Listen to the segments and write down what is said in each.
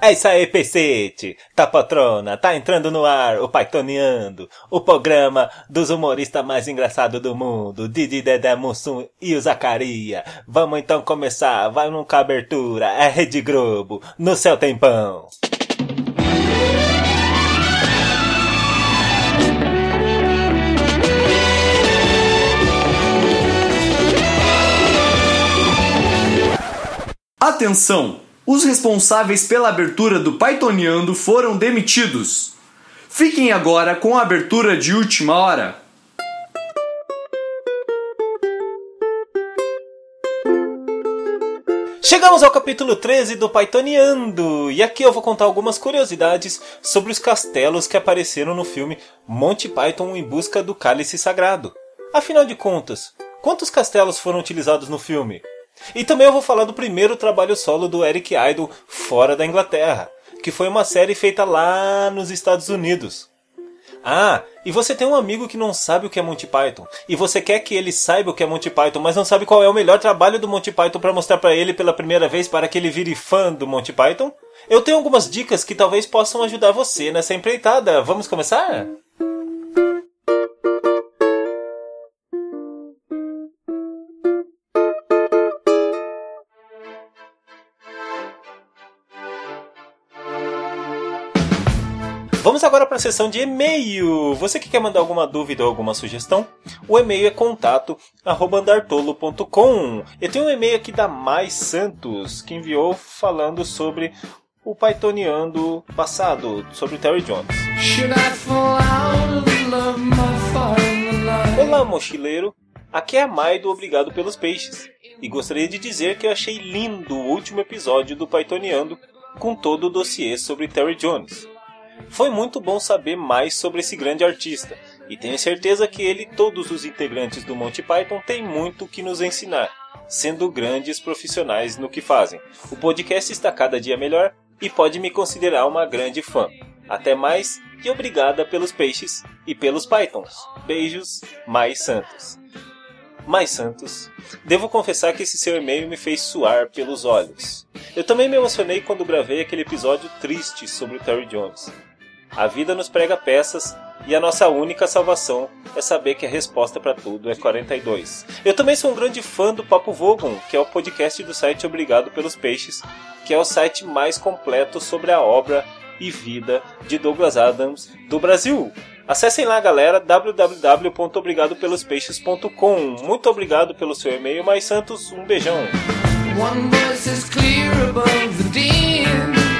É isso aí, Pecete! Tá patrona, tá entrando no ar o Paitoneando, o programa dos humoristas mais engraçados do mundo, Didi, Dedé, Mussum e o Zacaria. Vamos então começar, vai nunca abertura, é Rede Globo, no seu tempão. Atenção! Os responsáveis pela abertura do Paitoneando foram demitidos. Fiquem agora com a abertura de última hora. Chegamos ao capítulo 13 do Paitoneando, e aqui eu vou contar algumas curiosidades sobre os castelos que apareceram no filme Monty Python em Busca do Cálice Sagrado. Afinal de contas, quantos castelos foram utilizados no filme? E também eu vou falar do primeiro trabalho solo do Eric Idle fora da Inglaterra, que foi uma série feita lá nos Estados Unidos. Ah, e você tem um amigo que não sabe o que é Monty Python, e você quer que ele saiba o que é Monty Python, mas não sabe qual é o melhor trabalho do Monty Python para mostrar para ele pela primeira vez para que ele vire fã do Monty Python? Eu tenho algumas dicas que talvez possam ajudar você nessa empreitada. Vamos começar? Vamos agora para a seção de e-mail. Você que quer mandar alguma dúvida ou alguma sugestão? O e-mail é contato@andartolo.com. Eu tenho um e-mail aqui da Mai Santos, que enviou falando sobre o Paitoneando passado, sobre o Terry Jones. Olá, mochileiro. Aqui é a Mai do Obrigado pelos Peixes. E gostaria de dizer que eu achei lindo o último episódio do Paitoneando, com todo o dossiê sobre Terry Jones. Foi muito bom saber mais sobre esse grande artista, e tenho certeza que ele e todos os integrantes do Monty Python têm muito o que nos ensinar, sendo grandes profissionais no que fazem. O podcast está cada dia melhor e pode me considerar uma grande fã. Até mais e obrigada pelos peixes e pelos Pythons. Beijos, Mai Santos. Mai Santos, devo confessar que esse seu e-mail me fez suar pelos olhos. Eu também me emocionei quando gravei aquele episódio triste sobre o Terry Jones. A vida nos prega peças e a nossa única salvação é saber que a resposta para tudo é 42. Eu também sou um grande fã do Papo Vogon, que é o podcast do site Obrigado pelos Peixes, que é o site mais completo sobre a obra e vida de Douglas Adams do Brasil. Acessem lá, galera, www.obrigadopelospeixes.com. Muito obrigado pelo seu e-mail, Mai Santos. Um beijão. One voice is clear above the din.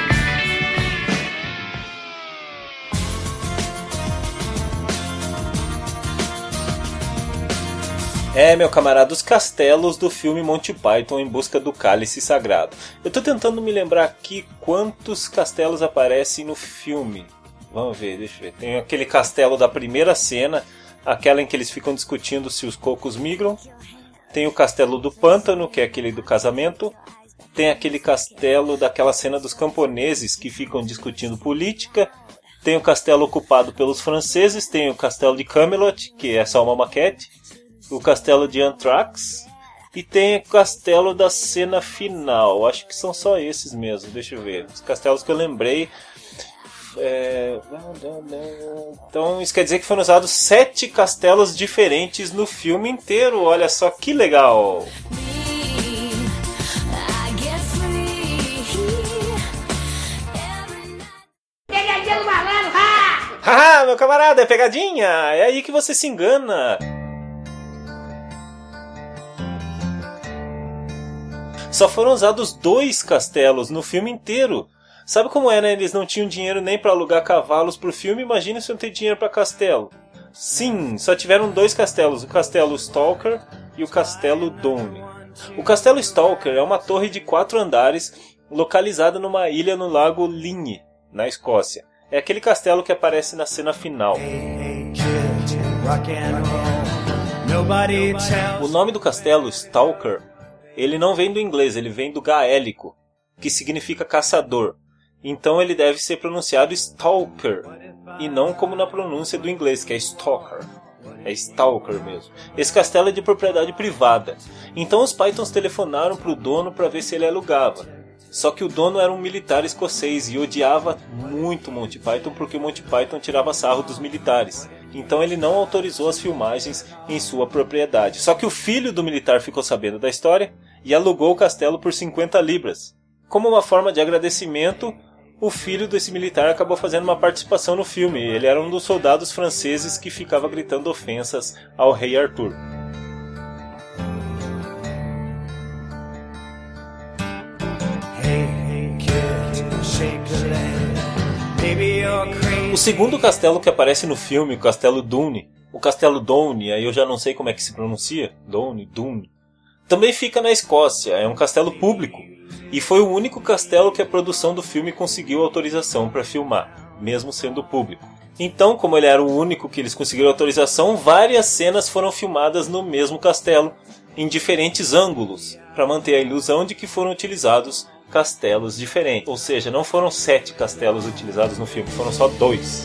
Meu camarada, os castelos do filme Monty Python em Busca do Cálice Sagrado. Eu tô tentando me lembrar aqui quantos castelos aparecem no filme. Vamos ver, deixa eu ver. Tem aquele castelo da primeira cena, aquela em que eles ficam discutindo se os cocos migram. Tem o castelo do pântano, que é aquele do casamento. Tem aquele castelo daquela cena dos camponeses que ficam discutindo política. Tem o castelo ocupado pelos franceses. Tem o castelo de Camelot, que é só uma maquete. O castelo de Anthrax. E tem o castelo da cena final. Acho que são só esses mesmo. Deixa eu ver. Os castelos que eu lembrei. Então isso quer dizer que foram usados 7 castelos diferentes no filme inteiro. Olha só que legal. Pegadinha do malandro! Haha, meu camarada, é pegadinha. É aí que você se engana. Só foram usados 2 castelos no filme inteiro. Sabe como é, né? Eles não tinham dinheiro nem para alugar cavalos pro filme. Imagina se não tem dinheiro para castelo. Sim, só tiveram 2 castelos. O castelo Stalker e o castelo Dome. O castelo Stalker é uma torre de 4 andares localizada numa ilha no lago Lynn, na Escócia. É aquele castelo que aparece na cena final. O nome do castelo, Stalker, ele não vem do inglês, ele vem do gaélico, que significa caçador. Então ele deve ser pronunciado Stalker, e não como na pronúncia do inglês, que é Stalker. É Stalker mesmo. Esse castelo é de propriedade privada. Então os Pythons telefonaram para o dono para ver se ele alugava. Só que o dono era um militar escocês e odiava muito Monty Python porque Monty Python tirava sarro dos militares. Então ele não autorizou as filmagens em sua propriedade. Só que o filho do militar ficou sabendo da história e alugou o castelo por 50 libras. Como uma forma de agradecimento, o filho desse militar acabou fazendo uma participação no filme. Ele era um dos soldados franceses que ficava gritando ofensas ao rei Arthur. O segundo castelo que aparece no filme, o Castelo Doune, o Castelo Doune, aí eu já não sei como é que se pronuncia, Doune, também fica na Escócia, é um castelo público, e foi o único castelo que a produção do filme conseguiu autorização para filmar, mesmo sendo público. Então, como ele era o único que eles conseguiram autorização, várias cenas foram filmadas no mesmo castelo, em diferentes ângulos, para manter a ilusão de que foram utilizados castelos diferentes. Ou seja, não foram 7 castelos utilizados no filme, foram só 2.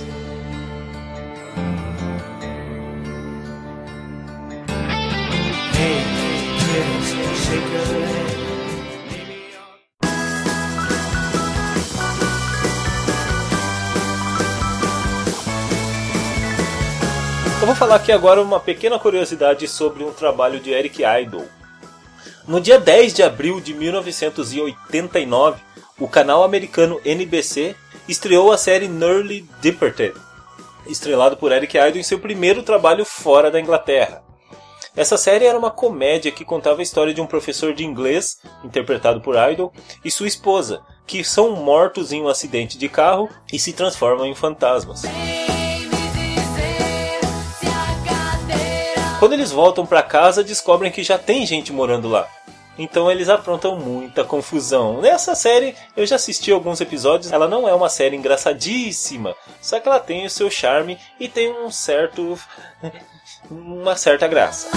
Eu vou falar aqui agora uma pequena curiosidade sobre um trabalho de Eric Idle. No dia 10 de abril de 1989, o canal americano NBC estreou a série Nearly Departed, estrelado por Eric Idle em seu primeiro trabalho fora da Inglaterra. Essa série era uma comédia que contava a história de um professor de inglês, interpretado por Idle, e sua esposa, que são mortos em um acidente de carro e se transformam em fantasmas. Quando eles voltam para casa, descobrem que já tem gente morando lá. Então eles aprontam muita confusão. Nessa série, eu já assisti alguns episódios. Ela não é uma série engraçadíssima, só que ela tem o seu charme e tem uma certa graça.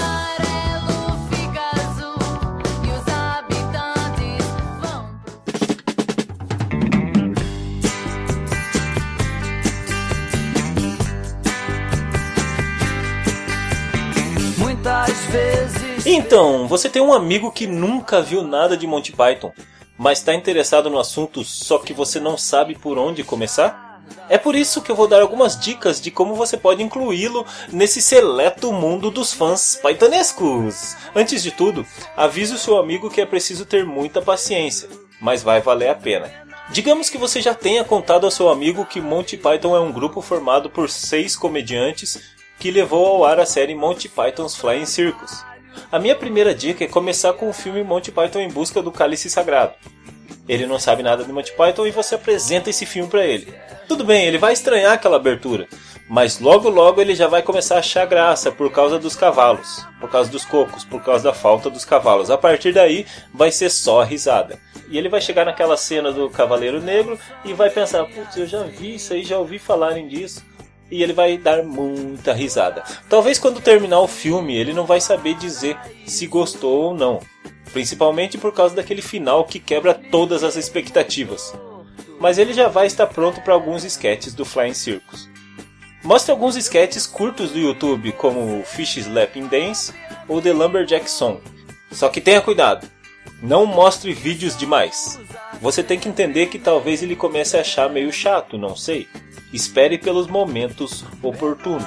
Então, você tem um amigo que nunca viu nada de Monty Python, mas está interessado no assunto, só que você não sabe por onde começar? É por isso que eu vou dar algumas dicas de como você pode incluí-lo nesse seleto mundo dos fãs pythonescos. Antes de tudo, avise o seu amigo que é preciso ter muita paciência, mas vai valer a pena. Digamos que você já tenha contado ao seu amigo que Monty Python é um grupo formado por 6 comediantes que levou ao ar a série Monty Python's Flying Circus. A minha primeira dica é começar com o filme Monty Python em Busca do Cálice Sagrado. Ele não sabe nada de Monty Python e você apresenta esse filme para ele. Tudo bem, ele vai estranhar aquela abertura, mas logo logo ele já vai começar a achar graça por causa dos cavalos, por causa dos cocos, por causa da falta dos cavalos. A partir daí vai ser só risada. E ele vai chegar naquela cena do Cavaleiro Negro e vai pensar, putz, eu já vi isso aí, já ouvi falarem disso. E ele vai dar muita risada. Talvez quando terminar o filme ele não vai saber dizer se gostou ou não. Principalmente por causa daquele final que quebra todas as expectativas. Mas ele já vai estar pronto para alguns sketches do Flying Circus. Mostre alguns sketches curtos do YouTube, como o Fish Slapping Dance ou The Lumberjack Song. Só que tenha cuidado, não mostre vídeos demais. Você tem que entender que talvez ele comece a achar meio chato, não sei. Espere pelos momentos oportunos.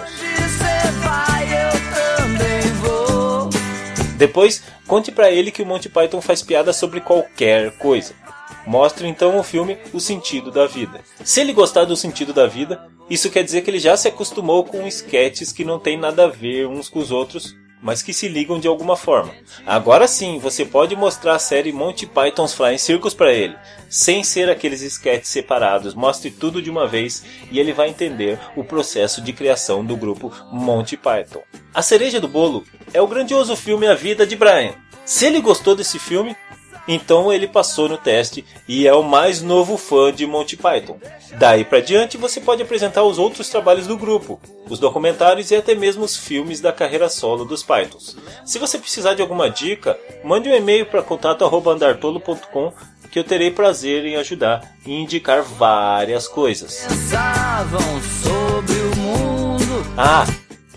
Depois, conte pra ele que o Monty Python faz piada sobre qualquer coisa. Mostre então o filme O Sentido da Vida. Se ele gostar do Sentido da Vida, isso quer dizer que ele já se acostumou com sketches que não tem nada a ver uns com os outros, mas que se ligam de alguma forma. Agora sim, você pode mostrar a série Monty Python's Flying Circus para ele, sem ser aqueles sketches separados. Mostre tudo de uma vez e ele vai entender o processo de criação do grupo Monty Python. A cereja do bolo é o grandioso filme A Vida de Brian. Se ele gostou desse filme, então ele passou no teste e é o mais novo fã de Monty Python. Daí pra diante você pode apresentar os outros trabalhos do grupo, os documentários e até mesmo os filmes da carreira solo dos Pythons. Se você precisar de alguma dica, mande um e-mail para contato@andartolo.com que eu terei prazer em ajudar e indicar várias coisas.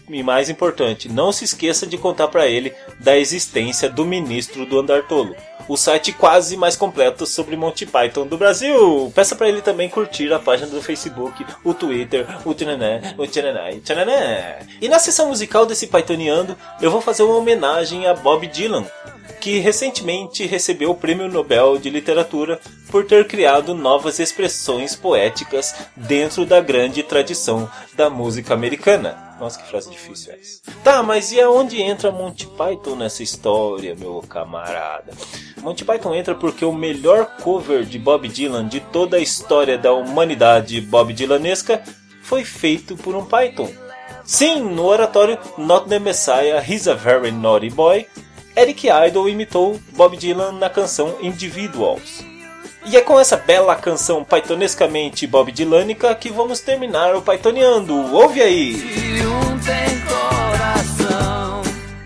e mais importante, não se esqueça de contar para ele da existência do Ministro do Andar Tolo, o site quase mais completo sobre Monty Python do Brasil. Peça para ele também curtir a página do Facebook, o Twitter, o tchananá, o tchananá e tchananá. E na sessão musical desse Pythoniando, eu vou fazer uma homenagem a Bob Dylan, que recentemente recebeu o Prêmio Nobel de Literatura por ter criado novas expressões poéticas dentro da grande tradição da música americana. Nossa, que frase difícil é essa. Tá, mas e aonde entra Monty Python nessa história, meu camarada? Monty Python entra porque o melhor cover de Bob Dylan de toda a história da humanidade Bob Dylanesca foi feito por um Python. Sim, no oratório Not the Messiah, He's a Very Naughty Boy, Eric Idle imitou Bob Dylan na canção Individuals. E é com essa bela canção pythonescamente Bob Dylanica que vamos terminar o Pythoniando. Ouve aí! Se um tem coração.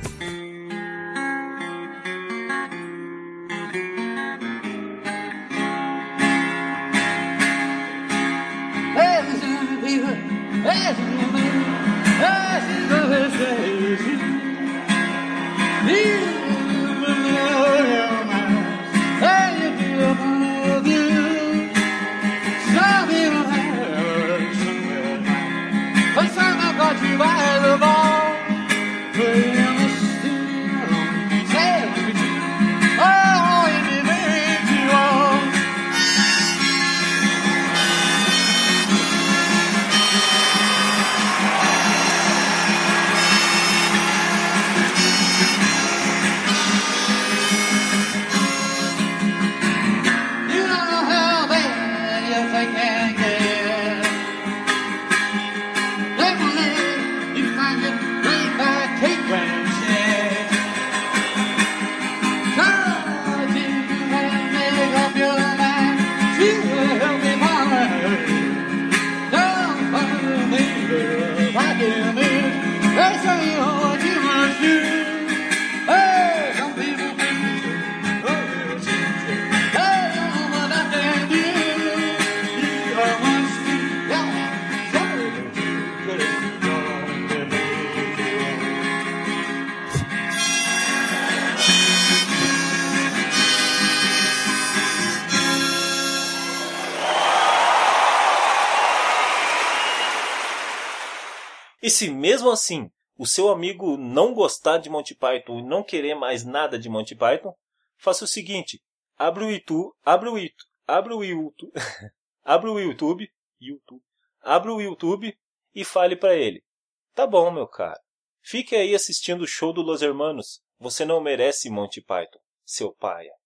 E se mesmo assim o seu amigo não gostar de Monty Python e não querer mais nada de Monty Python, faça o seguinte: abre o YouTube e fale para ele: tá bom, meu cara, fique aí assistindo o show do Los Hermanos, você não merece Monty Python, seu paia.